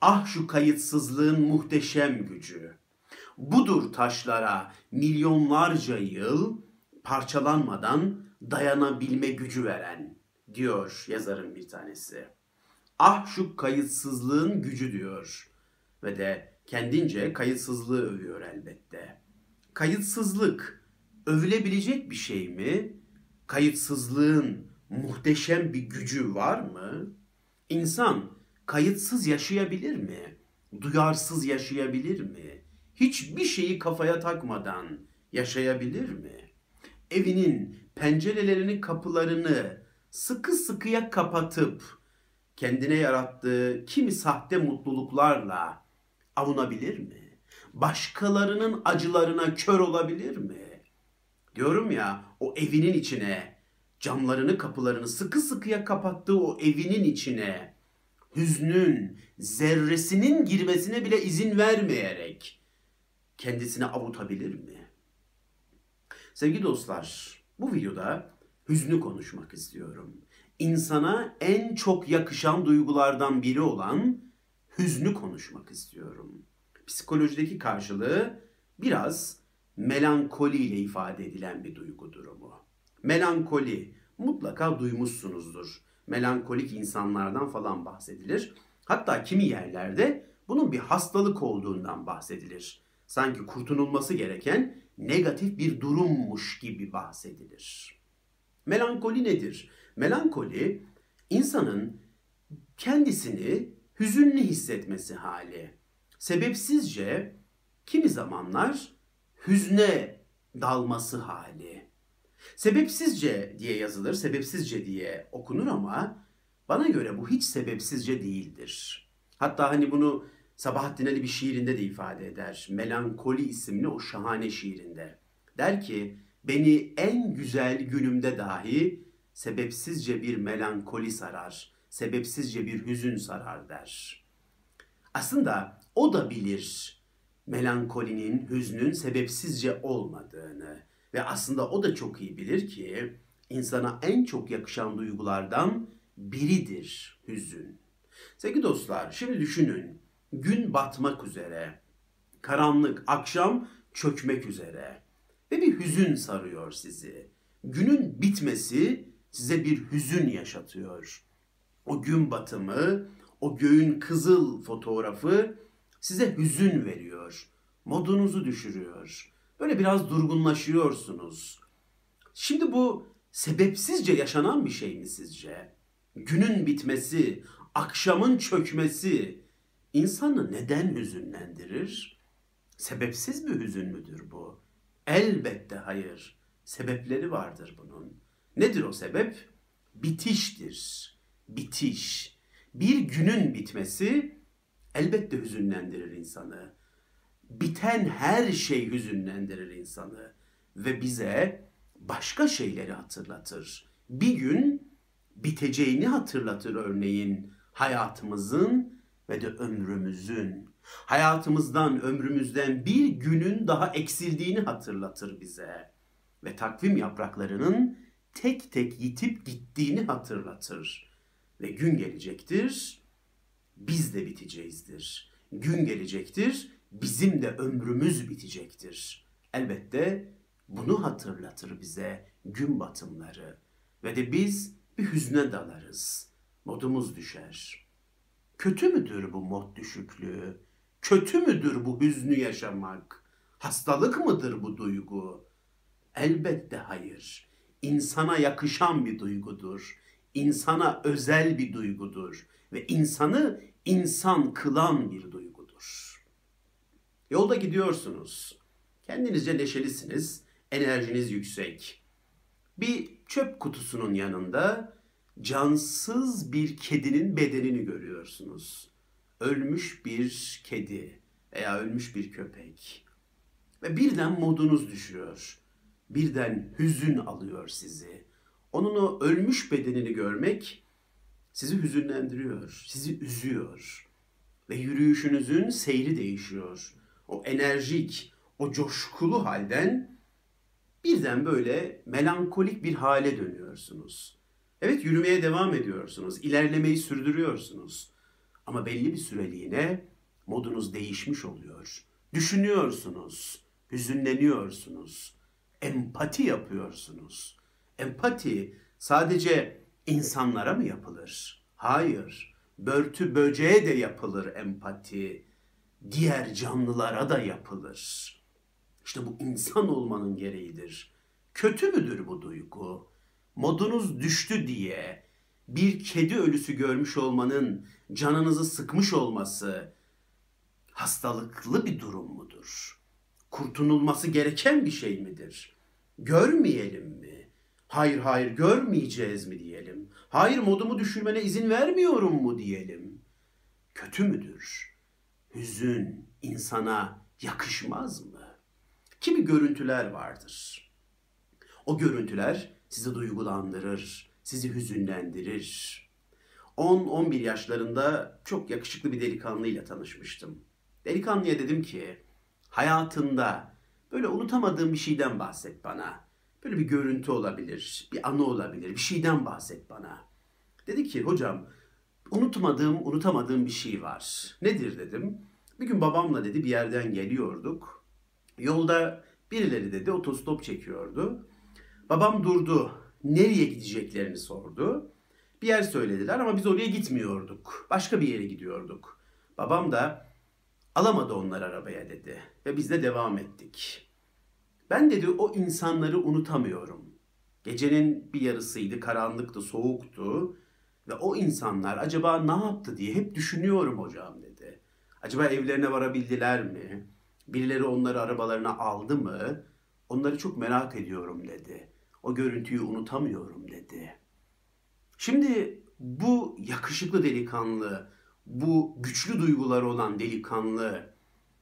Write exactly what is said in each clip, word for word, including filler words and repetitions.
Ah şu kayıtsızlığın muhteşem gücü. Budur taşlara milyonlarca yıl parçalanmadan dayanabilme gücü veren, diyor yazarın bir tanesi. Ah şu kayıtsızlığın gücü diyor ve de kendince kayıtsızlığı övüyor elbette. Kayıtsızlık övülebilecek bir şey mi? Kayıtsızlığın muhteşem bir gücü var mı? İnsan kayıtsız yaşayabilir mi? Duyarsız yaşayabilir mi? Hiçbir şeyi kafaya takmadan yaşayabilir mi? Evinin pencerelerini, kapılarını sıkı sıkıya kapatıp kendine yarattığı kimi sahte mutluluklarla avunabilir mi? Başkalarının acılarına kör olabilir mi? Diyorum ya, o evinin içine, camlarını kapılarını sıkı sıkıya kapattığı o evinin içine hüznün zerresinin girmesine bile izin vermeyerek kendisini avutabilir mi? Sevgili dostlar, bu videoda hüznü konuşmak istiyorum. İnsana en çok yakışan duygulardan biri olan hüznü konuşmak istiyorum. Psikolojideki karşılığı biraz melankoli ile ifade edilen bir duygu durumu. Melankoli mutlaka duymuşsunuzdur. Melankolik insanlardan falan bahsedilir. Hatta kimi yerlerde bunun bir hastalık olduğundan bahsedilir. Sanki kurtululması gereken negatif bir durummuş gibi bahsedilir. Melankoli nedir? Melankoli insanın kendisini hüzünlü hissetmesi hali. Sebepsizce kimi zamanlar hüzne dalması hali. Sebepsizce diye yazılır, sebepsizce diye okunur ama bana göre bu hiç sebepsizce değildir. Hatta hani bunu Sabahattin Ali bir şiirinde de ifade eder. Melankoli isimli o şahane şiirinde. Der ki, beni en güzel günümde dahi sebepsizce bir melankoli sarar, sebepsizce bir hüzün sarar der. Aslında o da bilir melankolinin, hüznün sebepsizce olmadığını ve aslında o da çok iyi bilir ki insana en çok yakışan duygulardan biridir hüzün. Sevgili dostlar, şimdi düşünün, gün batmak üzere, karanlık, akşam çökmek üzere ve bir hüzün sarıyor sizi. Günün bitmesi size bir hüzün yaşatıyor. O gün batımı, o göğün kızıl fotoğrafı size hüzün veriyor. Modunuzu düşürüyor. Böyle biraz durgunlaşıyorsunuz. Şimdi bu sebepsizce yaşanan bir şey mi sizce? Günün bitmesi, akşamın çökmesi insanı neden hüzünlendirir? Sebepsiz bir hüzün müdür bu? Elbette hayır. Sebepleri vardır bunun. Nedir o sebep? Bitiştir. Bitiş. Bir günün bitmesi elbette hüzünlendirir insanı. Biten her şey hüzünlendirir insanı ve bize başka şeyleri hatırlatır. Bir gün biteceğini hatırlatır örneğin hayatımızın ve de ömrümüzün. Hayatımızdan, ömrümüzden bir günün daha eksildiğini hatırlatır bize. Ve takvim yapraklarının tek tek yitip gittiğini hatırlatır. Ve gün gelecektir, biz de biteceğizdir. Gün gelecektir, bizim de ömrümüz bitecektir. Elbette bunu hatırlatır bize gün batımları. Ve de biz bir hüzne dalarız. Modumuz düşer. Kötü müdür bu mod düşüklüğü? Kötü müdür bu hüznü yaşamak? Hastalık mıdır bu duygu? Elbette hayır. İnsana yakışan bir duygudur. İnsana özel bir duygudur. Ve insanı insan kılan bir duygudur. Yolda gidiyorsunuz. Kendinizce neşelisiniz. Enerjiniz yüksek. Bir çöp kutusunun yanında cansız bir kedinin bedenini görüyorsunuz. Ölmüş bir kedi veya ölmüş bir köpek. Ve birden modunuz düşüyor. Birden hüzün alıyor sizi. Onun o ölmüş bedenini görmek sizi hüzünlendiriyor, sizi üzüyor. Ve yürüyüşünüzün seyri değişiyor. O enerjik, o coşkulu halden birden böyle melankolik bir hale dönüyorsunuz. Evet, yürümeye devam ediyorsunuz, ilerlemeyi sürdürüyorsunuz. Ama belli bir süreliğine modunuz değişmiş oluyor. Düşünüyorsunuz, hüzünleniyorsunuz, empati yapıyorsunuz. Empati sadece insanlara mı yapılır? Hayır, börtü böceğe de yapılır empati. Diğer canlılara da yapılır. İşte bu insan olmanın gereğidir. Kötü müdür bu duygu? Modunuz düştü diye bir kedi ölüsü görmüş olmanın canınızı sıkmış olması hastalıklı bir durum mudur? Kurtululması gereken bir şey midir? Görmeyelim mi? Hayır hayır görmeyeceğiz mi diyelim? Hayır modumu düşürmene izin vermiyorum mu diyelim? Kötü müdür? Hüzün insana yakışmaz mı? Kimi görüntüler vardır. O görüntüler sizi duygulandırır, sizi hüzünlendirir. on on bir yaşlarında çok yakışıklı bir delikanlıyla tanışmıştım. Delikanlıya dedim ki, hayatında böyle unutamadığın bir şeyden bahset bana. Böyle bir görüntü olabilir, bir anı olabilir, bir şeyden bahset bana. Dedi ki, hocam unutmadığım, unutamadığım bir şey var. Nedir dedim. Bir gün babamla dedi bir yerden geliyorduk. Yolda birileri dedi otostop çekiyordu. Babam durdu. Nereye gideceklerini sordu. Bir yer söylediler ama biz oraya gitmiyorduk. Başka bir yere gidiyorduk. Babam da alamadı onları arabaya dedi. Ve biz de devam ettik. Ben dedi o insanları unutamıyorum. Gecenin bir yarısıydı, karanlıktı, soğuktu. Ve o insanlar acaba ne yaptı diye hep düşünüyorum hocam dedi. Acaba evlerine varabildiler mi? Birileri onları arabalarına aldı mı? Onları çok merak ediyorum dedi. O görüntüyü unutamıyorum dedi. Şimdi bu yakışıklı delikanlı, bu güçlü duyguları olan delikanlı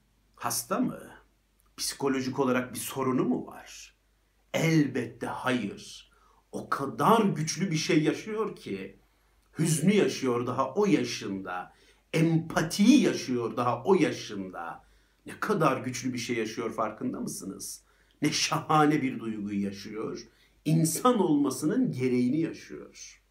hasta mı? Psikolojik olarak bir sorunu mu var? Elbette hayır. O kadar güçlü bir şey yaşıyor ki, hüznü yaşıyor daha o yaşında, empatiyi yaşıyor daha o yaşında. Ne kadar güçlü bir şey yaşıyor farkında mısınız? Ne şahane bir duyguyu yaşıyor. İnsan olmasının gereğini yaşıyor.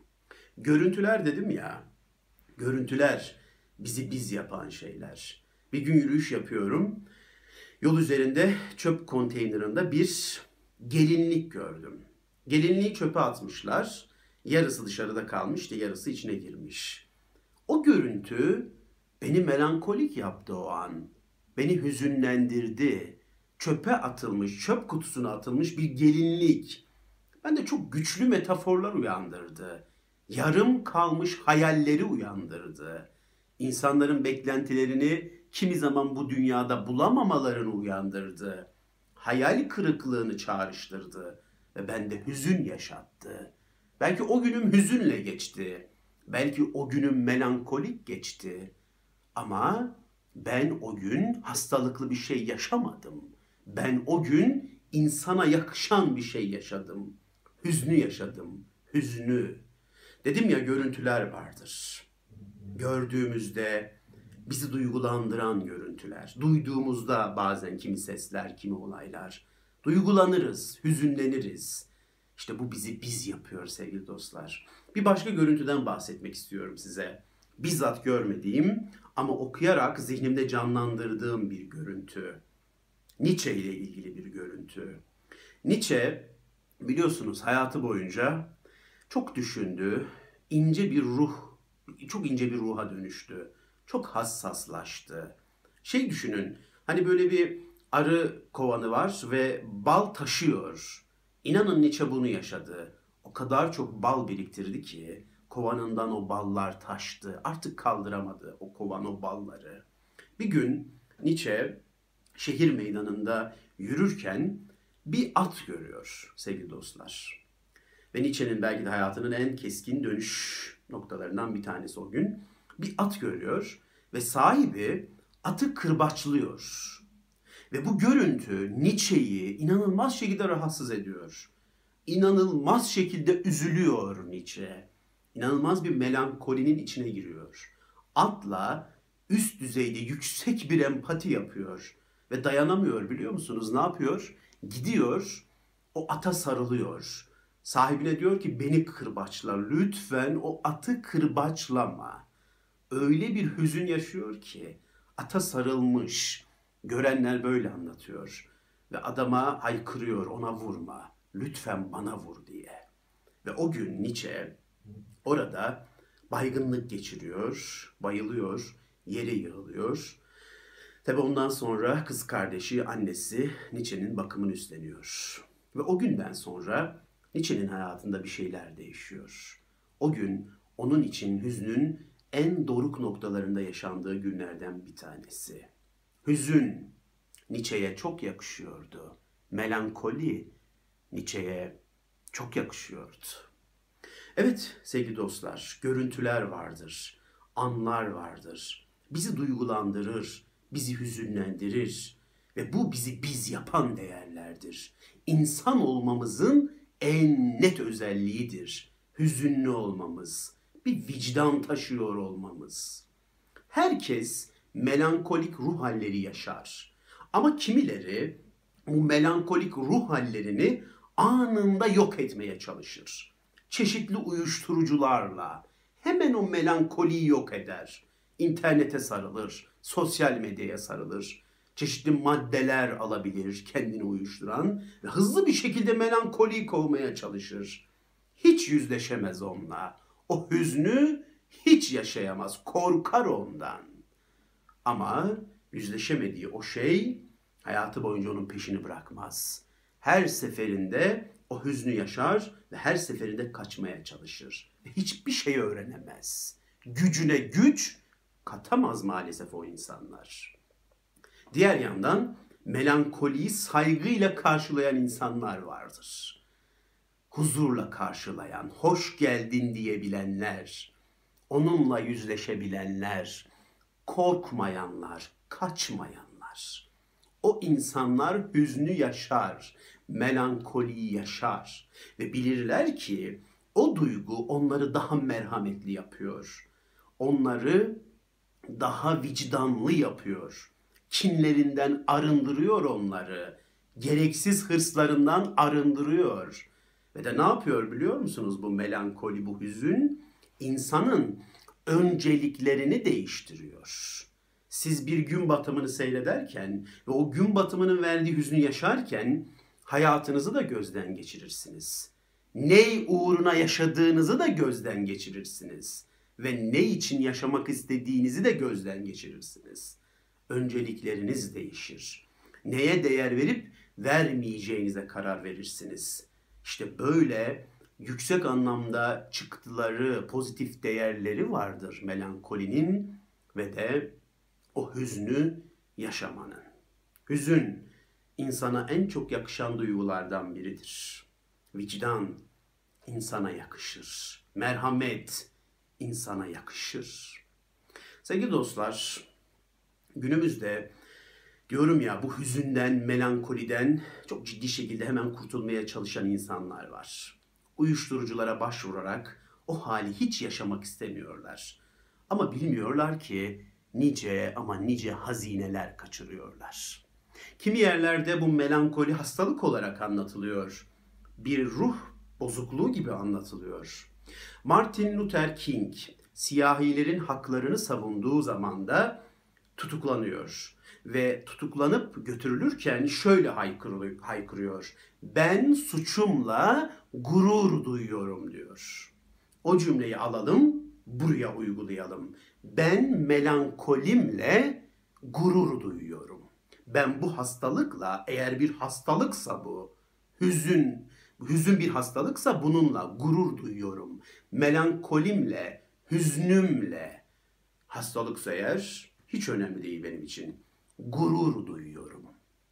Görüntüler dedim ya, görüntüler bizi biz yapan şeyler. Bir gün yürüyüş yapıyorum. Yol üzerinde çöp konteynerında bir gelinlik gördüm. Gelinliği çöpe atmışlar. Yarısı dışarıda kalmış da yarısı içine girmiş. O görüntü beni melankolik yaptı o an. Beni hüzünlendirdi. Çöpe atılmış, çöp kutusuna atılmış bir gelinlik. Bende çok güçlü metaforlar uyandırdı. Yarım kalmış hayalleri uyandırdı. İnsanların beklentilerini kimi zaman bu dünyada bulamamalarını uyandırdı. Hayal kırıklığını çağrıştırdı ve bende hüzün yaşattı. Belki o günüm hüzünle geçti. Belki o günüm melankolik geçti. Ama ben o gün hastalıklı bir şey yaşamadım. Ben o gün insana yakışan bir şey yaşadım. Hüznü yaşadım. Hüznü. Dedim ya görüntüler vardır. Gördüğümüzde bizi duygulandıran görüntüler. Duyduğumuzda bazen kimi sesler, kimi olaylar. Duygulanırız, hüzünleniriz. İşte bu bizi biz yapıyor sevgili dostlar. Bir başka görüntüden bahsetmek istiyorum size. Bizzat görmediğim ama okuyarak zihnimde canlandırdığım bir görüntü. Nietzsche ile ilgili bir görüntü. Nietzsche biliyorsunuz hayatı boyunca çok düşündü, ince bir ruh, çok ince bir ruha dönüştü. Çok hassaslaştı. Şey düşünün, hani böyle bir arı kovanı var ve bal taşıyor. İnanın Nietzsche bunu yaşadı. O kadar çok bal biriktirdi ki kovanından o ballar taştı. Artık kaldıramadı o kovan o balları. Bir gün Nietzsche şehir meydanında yürürken bir at görüyor sevgili dostlar. Ve Nietzsche'nin belki de hayatının en keskin dönüş noktalarından bir tanesi o gün. Bir at görüyor ve sahibi atı kırbaçlıyor. Ve bu görüntü Nietzsche'yi inanılmaz şekilde rahatsız ediyor. İnanılmaz şekilde üzülüyor Nietzsche. İnanılmaz bir melankolinin içine giriyor. Atla üst düzeyde yüksek bir empati yapıyor. Ve dayanamıyor biliyor musunuz? Ne yapıyor? Gidiyor, o ata sarılıyor. Sahibine diyor ki beni kırbaçla, lütfen o atı kırbaçlama. öyle bir hüzün yaşıyor ki ata sarılmış. Görenler böyle anlatıyor. Ve adama haykırıyor, ona vurma, lütfen bana vur diye. Ve o gün Nietzsche orada baygınlık geçiriyor, bayılıyor, yere yığılıyor. Tabi ondan sonra kız kardeşi, annesi Nietzsche'nin bakımını üstleniyor. Ve o günden sonra Nietzsche'nin hayatında bir şeyler değişiyor. O gün onun için hüznün en doruk noktalarında yaşandığı günlerden bir tanesi. Hüzün Nietzsche'ye çok yakışıyordu. Melankoli Nietzsche'ye çok yakışıyordu. Evet sevgili dostlar, görüntüler vardır, anlar vardır. Bizi duygulandırır, bizi hüzünlendirir ve bu bizi biz yapan değerlerdir. İnsan olmamızın en net özelliğidir. Hüzünlü olmamız, bir vicdan taşıyor olmamız. Herkes melankolik ruh halleri yaşar. Ama kimileri bu melankolik ruh hallerini anında yok etmeye çalışır. Çeşitli uyuşturucularla hemen o melankoliyi yok eder. İnternete sarılır, sosyal medyaya sarılır. Çeşitli maddeler alabilir kendini uyuşturan ve hızlı bir şekilde melankoliyi kovmaya çalışır. Hiç yüzleşemez onunla. O hüznü hiç yaşayamaz, korkar ondan. Ama yüzleşemediği o şey hayatı boyunca onun peşini bırakmaz. Her seferinde o hüznü yaşar ve her seferinde kaçmaya çalışır. Ve hiçbir şey öğrenemez. Gücüne güç katamaz maalesef o insanlar. Diğer yandan melankoliyi saygıyla karşılayan insanlar vardır. Huzurla karşılayan, hoş geldin diyebilenler, onunla yüzleşebilenler, korkmayanlar, kaçmayanlar. O insanlar hüznü yaşar, melankoliyi yaşar ve bilirler ki o duygu onları daha merhametli yapıyor. Onları daha vicdanlı yapıyor. Kinlerinden arındırıyor onları. Gereksiz hırslarından arındırıyor. Ve de ne yapıyor biliyor musunuz bu melankoli, bu hüzün? İnsanın önceliklerini değiştiriyor. Siz bir gün batımını seyrederken ve o gün batımının verdiği hüznü yaşarken hayatınızı da gözden geçirirsiniz. Ne uğruna yaşadığınızı da gözden geçirirsiniz. Ve ne için yaşamak istediğinizi de gözden geçirirsiniz. Öncelikleriniz değişir. Neye değer verip vermeyeceğinize karar verirsiniz. İşte böyle yüksek anlamda çıktıları, pozitif değerleri vardır melankolinin ve de o hüznü yaşamanın. Hüzün insana en çok yakışan duygulardan biridir. Vicdan insana yakışır. Merhamet insana yakışır. Sevgili dostlar, günümüzde diyorum ya bu hüzünden, melankoliden çok ciddi şekilde hemen kurtulmaya çalışan insanlar var. Uyuşturuculara başvurarak o hali hiç yaşamak istemiyorlar. Ama bilmiyorlar ki nice ama nice hazineler kaçırıyorlar. Kimi yerlerde bu melankoli hastalık olarak anlatılıyor. Bir ruh bozukluğu gibi anlatılıyor. Martin Luther King siyahilerin haklarını savunduğu zaman da tutuklanıyor. Ve tutuklanıp götürülürken şöyle haykırıyor. Ben suçumla gurur duyuyorum diyor. O cümleyi alalım, buraya uygulayalım. Ben melankolimle gurur duyuyorum. Ben bu hastalıkla, eğer bir hastalıksa bu, hüzün, hüzün bir hastalıksa bununla gurur duyuyorum. Melankolimle, hüznümle, hastalıksa eğer hiç önemli değil benim için. Gurur duyuyorum.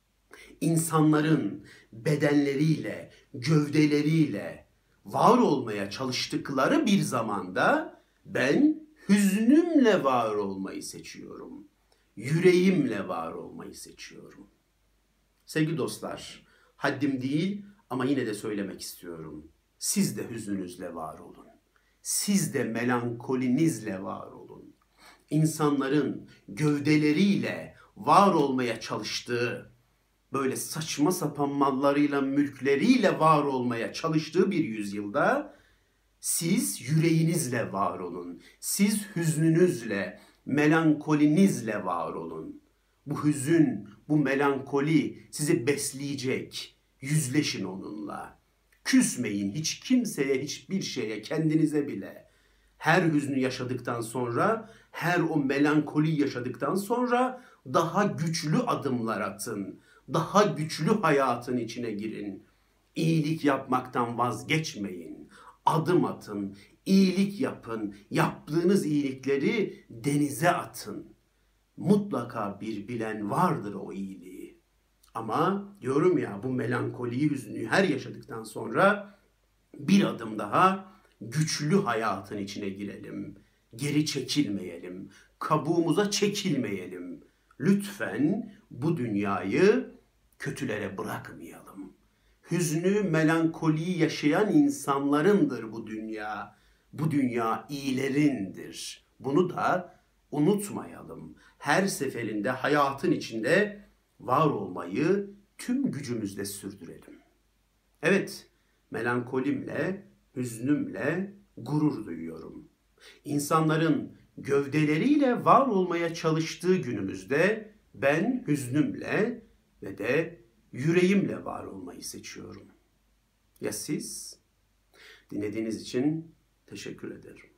İnsanların bedenleriyle, gövdeleriyle var olmaya çalıştıkları bir zamanda ben hüznümle var olmayı seçiyorum. Yüreğimle var olmayı seçiyorum. Sevgili dostlar, haddim değil ama yine de söylemek istiyorum. Siz de hüznünüzle var olun. Siz de melankolinizle var olun. İnsanların gövdeleriyle var olmaya çalıştığı, böyle saçma sapan mallarıyla, mülkleriyle var olmaya çalıştığı bir yüzyılda Siz yüreğinizle var olun. Siz hüznünüzle, melankolinizle var olun. Bu hüzün, bu melankoli sizi besleyecek. Yüzleşin onunla. Küsmeyin hiç kimseye, hiçbir şeye, kendinize bile. Her hüznü yaşadıktan sonra, her o melankoli yaşadıktan sonra daha güçlü adımlar atın. Daha güçlü hayatın içine girin. İyilik yapmaktan vazgeçmeyin. Adım atın, iyilik yapın. Yaptığınız iyilikleri denize atın. Mutlaka bir bilen vardır o iyiliği. Ama diyorum ya, bu melankoliyi, hüznü her yaşadıktan sonra bir adım daha güçlü hayatın içine girelim. Geri çekilmeyelim. Kabuğumuza çekilmeyelim. Lütfen bu dünyayı kötülere bırakmayalım. Hüznü, melankoliyi yaşayan insanlarındır bu dünya. Bu dünya iyilerindir. Bunu da unutmayalım. Her seferinde hayatın içinde var olmayı tüm gücümüzle sürdürelim. Evet, melankolimle, hüznümle gurur duyuyorum. İnsanların gövdeleriyle var olmaya çalıştığı günümüzde ben hüznümle ve de yüreğimle var olmayı seçiyorum. Ya siz? Dinlediğiniz için teşekkür ederim.